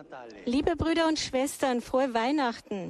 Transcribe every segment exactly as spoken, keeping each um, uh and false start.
Liebe Brüder und Schwestern, frohe Weihnachten.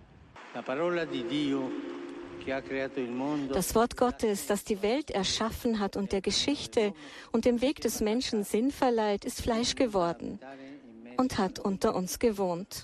Das Wort Gottes, das die Welt erschaffen hat und der Geschichte und dem Weg des Menschen Sinn verleiht, ist Fleisch geworden und hat unter uns gewohnt.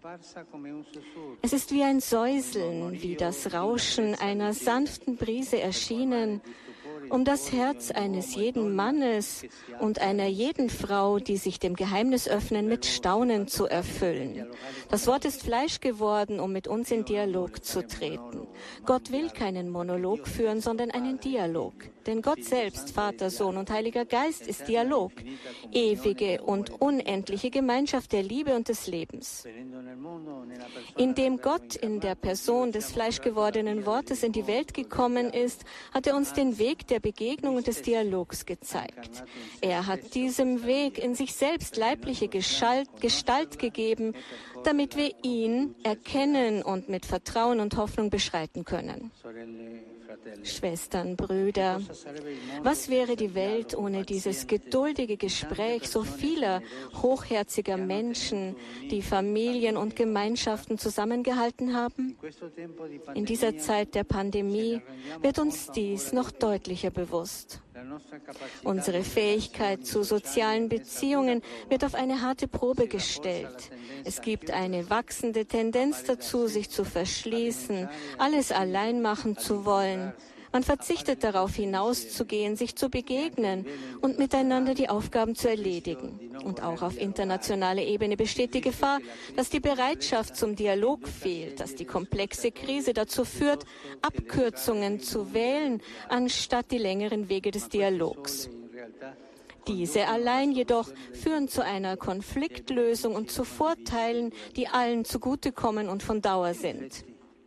Es ist wie ein Säuseln, wie das Rauschen einer sanften Brise erschienen, um das Herz eines jeden Mannes und einer jeden Frau, die sich dem Geheimnis öffnen, mit Staunen zu erfüllen. Das Wort ist Fleisch geworden, um mit uns in Dialog zu treten. Gott will keinen Monolog führen, sondern einen Dialog. Denn Gott selbst, Vater, Sohn und Heiliger Geist, ist Dialog, ewige und unendliche Gemeinschaft der Liebe und des Lebens. Indem Gott in der Person des fleischgewordenen Wortes in die Welt gekommen ist, hat er uns den Weg der Begegnung und des Dialogs gezeigt. Er hat diesem Weg in sich selbst leibliche Gestalt, Gestalt gegeben, damit wir ihn erkennen und mit Vertrauen und Hoffnung beschreiten können. Schwestern, Brüder, was wäre die Welt ohne dieses geduldige Gespräch so vieler hochherziger Menschen, die Familien und Gemeinschaften zusammengehalten haben? In dieser Zeit der Pandemie wird uns dies noch deutlicher bewusst. Unsere Fähigkeit zu sozialen Beziehungen wird auf eine harte Probe gestellt. Es gibt eine wachsende Tendenz dazu, sich zu verschließen, alles allein machen zu wollen. Man verzichtet darauf, hinauszugehen, sich zu begegnen und miteinander die Aufgaben zu erledigen. Und auch auf internationaler Ebene besteht die Gefahr, dass die Bereitschaft zum Dialog fehlt, dass die komplexe Krise dazu führt, Abkürzungen zu wählen, anstatt die längeren Wege des Dialogs. Diese allein jedoch führen zu einer Konfliktlösung und zu Vorteilen, die allen zugutekommen und von Dauer sind.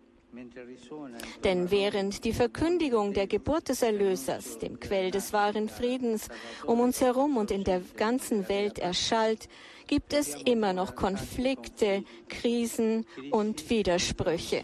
Denn während die Verkündigung der Geburt des Erlösers, dem Quell des wahren Friedens, um uns herum und in der ganzen Welt erschallt, gibt es immer noch Konflikte, Krisen und Widersprüche.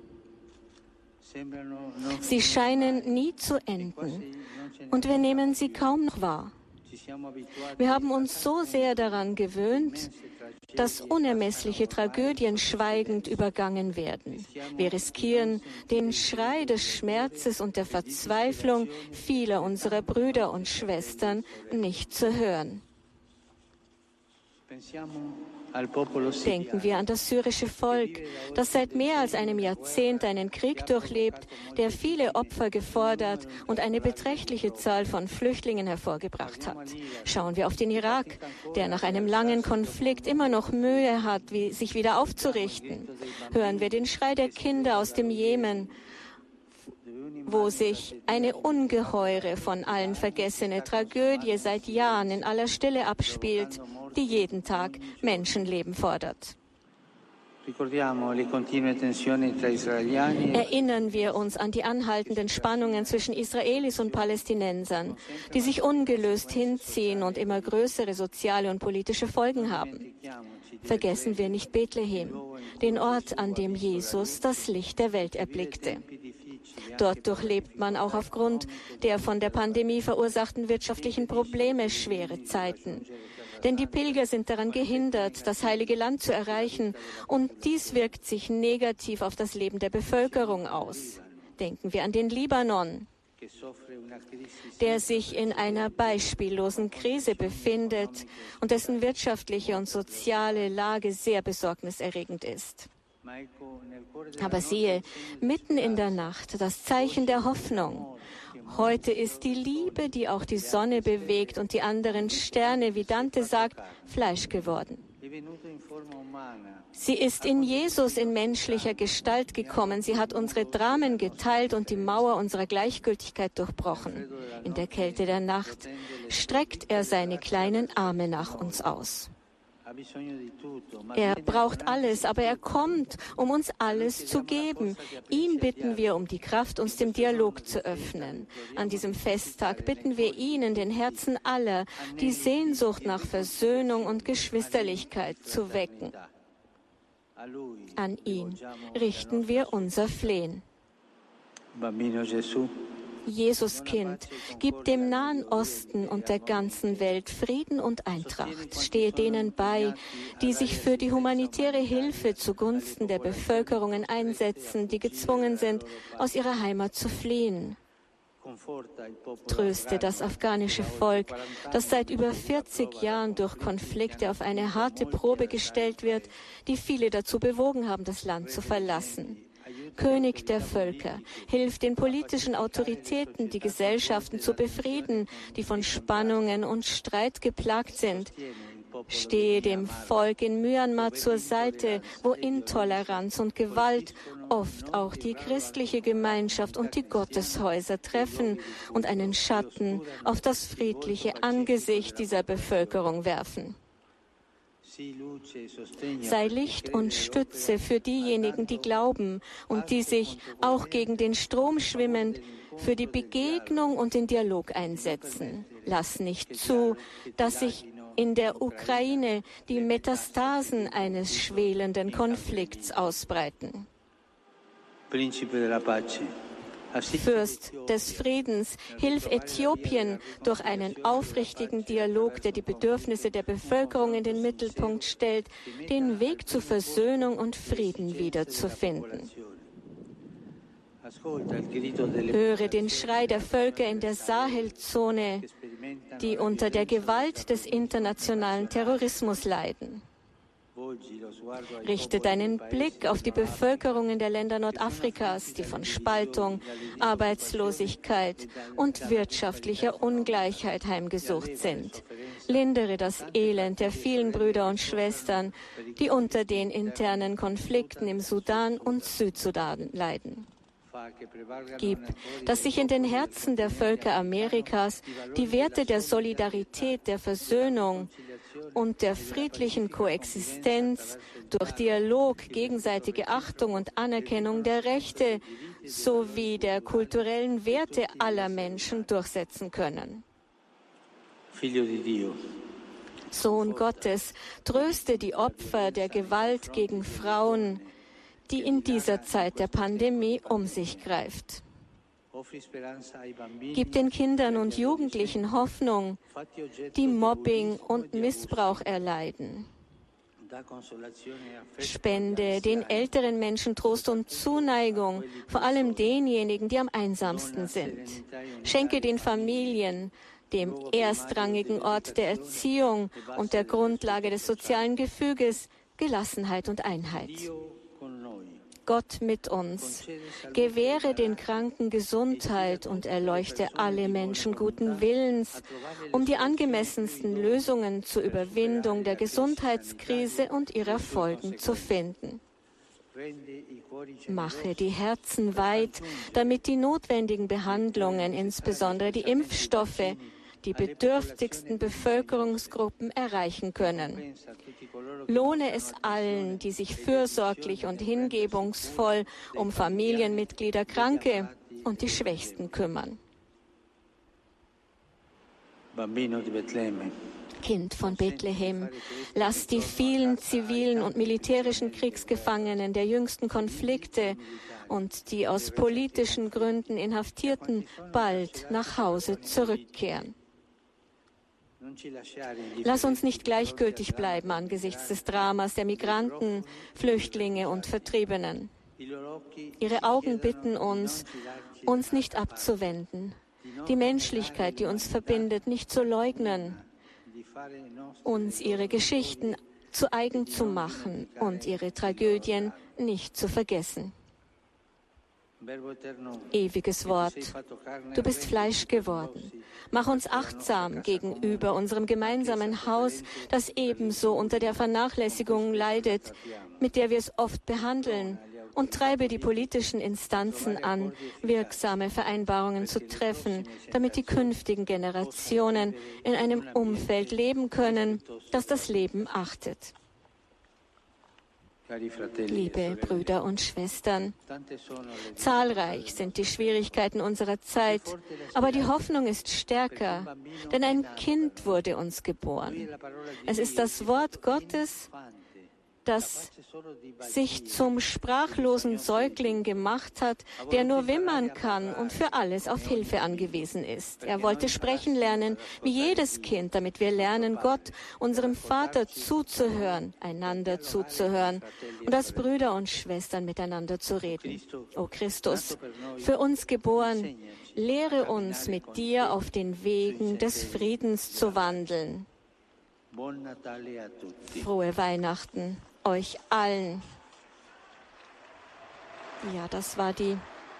Sie scheinen nie zu enden und wir nehmen sie kaum noch wahr. Wir haben uns so sehr daran gewöhnt, dass unermessliche Tragödien schweigend übergangen werden. Wir riskieren den Schrei des Schmerzes und der Verzweiflung vieler unserer Brüder und Schwestern nicht zu hören. Denken wir an das syrische Volk, das seit mehr als einem Jahrzehnt einen Krieg durchlebt, der viele Opfer gefordert und eine beträchtliche Zahl von Flüchtlingen hervorgebracht hat. Schauen wir auf den Irak, der nach einem langen Konflikt immer noch Mühe hat, wie, sich wieder aufzurichten. Hören wir den Schrei der Kinder aus dem Jemen, wo sich eine ungeheure, von allen vergessene Tragödie seit Jahren in aller Stille abspielt, die jeden Tag Menschenleben fordert. Erinnern wir uns an die anhaltenden Spannungen zwischen Israelis und Palästinensern, die sich ungelöst hinziehen und immer größere soziale und politische Folgen haben. Vergessen wir nicht Bethlehem, den Ort, an dem Jesus das Licht der Welt erblickte. Dort durchlebt man auch aufgrund der von der Pandemie verursachten wirtschaftlichen Probleme schwere Zeiten. Denn die Pilger sind daran gehindert, das Heilige Land zu erreichen, und dies wirkt sich negativ auf das Leben der Bevölkerung aus. Denken wir an den Libanon, der sich in einer beispiellosen Krise befindet und dessen wirtschaftliche und soziale Lage sehr besorgniserregend ist. Aber siehe, mitten in der Nacht das Zeichen der Hoffnung. Heute ist die Liebe, die auch die Sonne bewegt und die anderen Sterne, wie Dante sagt, Fleisch geworden. Sie ist in Jesus in menschlicher Gestalt gekommen. Sie hat unsere Dramen geteilt und die Mauer unserer Gleichgültigkeit durchbrochen. In der Kälte der Nacht streckt er seine kleinen Arme nach uns aus. Er braucht alles, aber er kommt, um uns alles zu geben. Ihn bitten wir um die Kraft, uns dem Dialog zu öffnen. An diesem Festtag bitten wir ihn in den Herzen aller, die Sehnsucht nach Versöhnung und Geschwisterlichkeit zu wecken. An ihn richten wir unser Flehen. Jesuskind, gib dem Nahen Osten und der ganzen Welt Frieden und Eintracht. Stehe denen bei, die sich für die humanitäre Hilfe zugunsten der Bevölkerungen einsetzen, die gezwungen sind, aus ihrer Heimat zu fliehen. Tröste das afghanische Volk, das seit über vierzig Jahren durch Konflikte auf eine harte Probe gestellt wird, die viele dazu bewogen haben, das Land zu verlassen. König der Völker, hilf den politischen Autoritäten, die Gesellschaften zu befrieden, die von Spannungen und Streit geplagt sind. Stehe dem Volk in Myanmar zur Seite, wo Intoleranz und Gewalt oft auch die christliche Gemeinschaft und die Gotteshäuser treffen und einen Schatten auf das friedliche Angesicht dieser Bevölkerung werfen. Sei Licht und Stütze für diejenigen, die glauben und die sich, auch gegen den Strom schwimmend, für die Begegnung und den Dialog einsetzen. Lass nicht zu, dass sich in der Ukraine die Metastasen eines schwelenden Konflikts ausbreiten. Fürst des Friedens, hilf Äthiopien durch einen aufrichtigen Dialog, der die Bedürfnisse der Bevölkerung in den Mittelpunkt stellt, den Weg zu Versöhnung und Frieden wiederzufinden. Höre den Schrei der Völker in der Sahelzone, die unter der Gewalt des internationalen Terrorismus leiden. Richte deinen Blick auf die Bevölkerungen der Länder Nordafrikas, die von Spaltung, Arbeitslosigkeit und wirtschaftlicher Ungleichheit heimgesucht sind. Lindere das Elend der vielen Brüder und Schwestern, die unter den internen Konflikten im Sudan und Südsudan leiden. Gib, dass sich in den Herzen der Völker Amerikas die Werte der Solidarität, der Versöhnung und der friedlichen Koexistenz durch Dialog, gegenseitige Achtung und Anerkennung der Rechte sowie der kulturellen Werte aller Menschen durchsetzen können. Sohn Gottes, tröste die Opfer der Gewalt gegen Frauen, die in dieser Zeit der Pandemie um sich greift. Gib den Kindern und Jugendlichen Hoffnung, die Mobbing und Missbrauch erleiden. Spende den älteren Menschen Trost und Zuneigung, vor allem denjenigen, die am einsamsten sind. Schenke den Familien, dem erstrangigen Ort der Erziehung und der Grundlage des sozialen Gefüges, Gelassenheit und Einheit. Gott mit uns, gewähre den Kranken Gesundheit und erleuchte alle Menschen guten Willens, um die angemessensten Lösungen zur Überwindung der Gesundheitskrise und ihrer Folgen zu finden. Mache die Herzen weit, damit die notwendigen Behandlungen, insbesondere die Impfstoffe, die bedürftigsten Bevölkerungsgruppen erreichen können. Lohne es allen, die sich fürsorglich und hingebungsvoll um Familienmitglieder, Kranke und die Schwächsten kümmern. Kind von Bethlehem, lass die vielen zivilen und militärischen Kriegsgefangenen der jüngsten Konflikte und die aus politischen Gründen Inhaftierten bald nach Hause zurückkehren. Lass uns nicht gleichgültig bleiben angesichts des Dramas der Migranten, Flüchtlinge und Vertriebenen. Ihre Augen bitten uns, uns nicht abzuwenden, die Menschlichkeit, die uns verbindet, nicht zu leugnen, uns ihre Geschichten zu eigen zu machen und ihre Tragödien nicht zu vergessen. Ewiges Wort, du bist Fleisch geworden. Mach uns achtsam gegenüber unserem gemeinsamen Haus, das ebenso unter der Vernachlässigung leidet, mit der wir es oft behandeln, und treibe die politischen Instanzen an, wirksame Vereinbarungen zu treffen, damit die künftigen Generationen in einem Umfeld leben können, das das Leben achtet. Liebe Brüder und Schwestern, zahlreich sind die Schwierigkeiten unserer Zeit, aber die Hoffnung ist stärker, denn ein Kind wurde uns geboren. Es ist das Wort Gottes, das sich zum sprachlosen Säugling gemacht hat, der nur wimmern kann und für alles auf Hilfe angewiesen ist. Er wollte sprechen lernen, wie jedes Kind, damit wir lernen, Gott, unserem Vater, zuzuhören, einander zuzuhören und als Brüder und Schwestern miteinander zu reden. O Christus, für uns geboren, lehre uns, mit dir auf den Wegen des Friedens zu wandeln. Frohe Weihnachten euch allen. Ja, das war die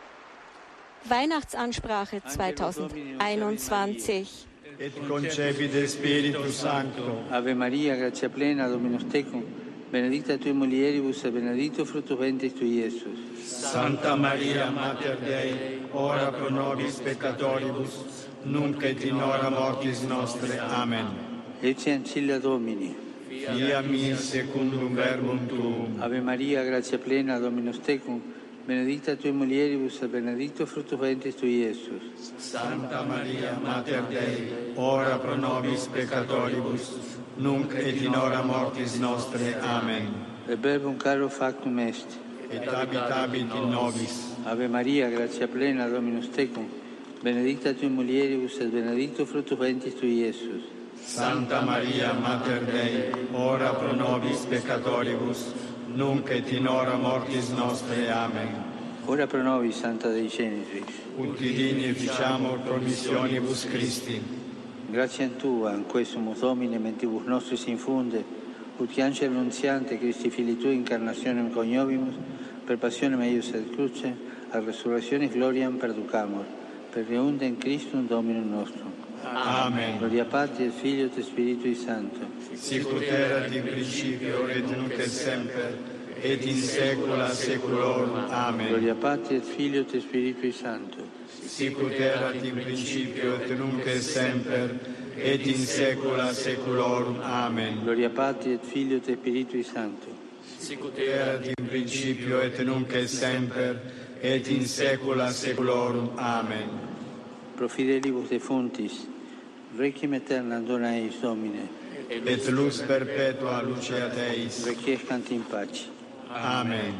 Weihnachtsansprache zweitausendeinundzwanzig. Et concepite Spiritus Sancto. Ave Maria, grazia plena, Dominus tecum, benedicta tui mulieribus et benedictus fructus ventris tui, Iesus. Santa Maria, Mater Dei, ora pro nobis peccatoribus, nunc et in hora mortis nostre. Amen. Ecce ancilla Domini. Via mi secundum verbum tuum. Ave Maria, grazia plena, Dominus tecum, benedicta tui mulieribus et benedictus fructus ventris tui, Iesus. Santa Maria, Mater Dei, ora pro nobis peccatoribus, nunc et in hora mortis nostre. Amen. Et verbum caro factum est. Et habitabit in nobis. Ave Maria, grazia plena, Dominus tecum, benedicta tui mulieribus et benedictus fructus ventris tui, Iesus. Santa Maria, Mater Dei, ora pro nobis peccatoribus, nunc et in hora mortis nostre. Amen. Ora pro nobis, Santa Dei Genitrix. Ut digni ficiamur promissionibus Christi. Grazie a Tua, in questo Domine, mentibus nostris infunde, ut che angelo annunziante Christi Fili Tui incarnationem coniovimus, per passionem eius et cruce, a resurrectionis gloriam perducamur, per reundem Christum Dominum nostrum. Amen. Gloria Patri et Filio et Spiritui Sancto. Sicut erat in principio et nunc et semper, et in saecula saeculorum. Amen. Gloria Patri et Filio et Spiritui Sancto. Sicut erat in principio et nunc et semper, et in saecula saeculorum. Amen. Gloria Patri et Filio et Spiritui Sancto. Sicut erat in principio et nunc et semper, et in saecula saeculorum. Amen. Pro fidelibus defuntis, requiem aeternam dona eis, Domine. Et lux perpetua luceat eis. Requiescant in pace. Amen.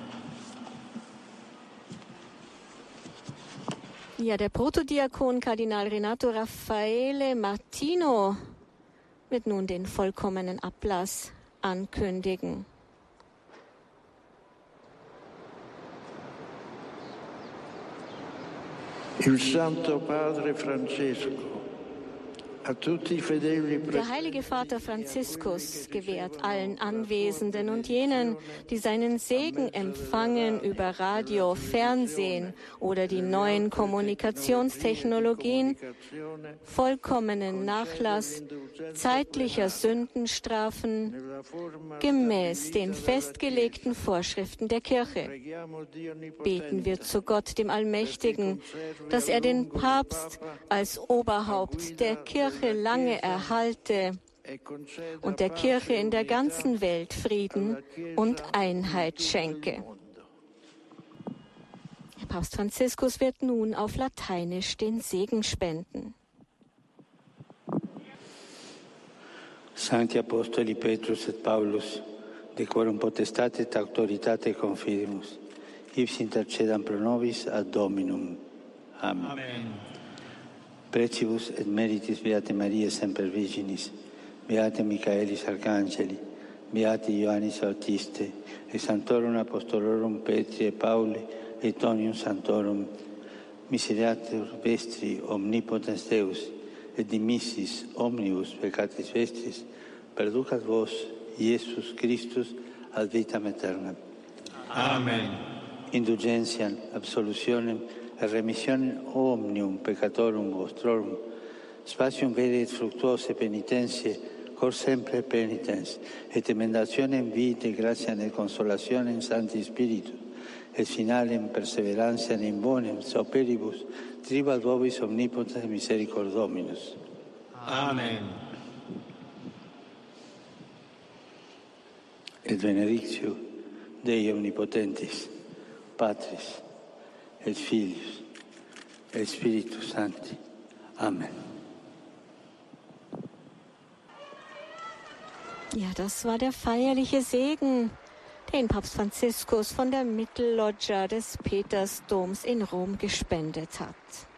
Ja, der Protodiakon Kardinal Renato Raffaele Martino wird nun den vollkommenen Ablass ankündigen. Il Santo Padre Francesco a tutti i fedeli. Der heilige Vater Franziskus gewährt allen Anwesenden und jenen, die seinen Segen empfangen über Radio, Fernsehen oder die neuen Kommunikationstechnologien, vollkommenen Nachlass zeitlicher Sündenstrafen gemäß den festgelegten Vorschriften der Kirche. Beten wir zu Gott, dem Allmächtigen, dass er den Papst als Oberhaupt der Kirche lange erhalte und der Kirche in der ganzen Welt Frieden und Einheit schenke. Papst Franziskus wird nun auf Lateinisch den Segen spenden. Sancti Apostoli Petrus et Paulus, de quorum potestate et autoritate confidimus, ipsi intercedam pro nobis ad Dominum. Amen. Amen. Precibus et meritis Beate Maria Semper Virginis, Beate Michaelis Arcangeli, Beate Ioannis Bautiste, et Sanctorum Apostolorum Petri et Pauli, et Omnium Sanctorum, misereatur vestri omnipotens Deus, et dimissis omnibus peccatis vestris, perducat vos, Iesus Christus, ad vitam aeternam. Amen. Indulgentiam, absolutionem, et remissionem omnium peccatorum vostrorum, spatium vere et fructuose penitentiae, cor sempre penitens, et emendationem vitae gratiam et consolationem Sancti Spiritus, et finalem perseverantiam in bonem sauperibus, tribat vobis omnipotens misericordiae Dominus. Amen. Et benedictio Dei omnipotentis, Patris, et Filius, et Spiritus Sancti. Amen. Ja, das war der feierliche Segen, den Papst Franziskus von der Mittelloggia des Petersdoms in Rom gespendet hat.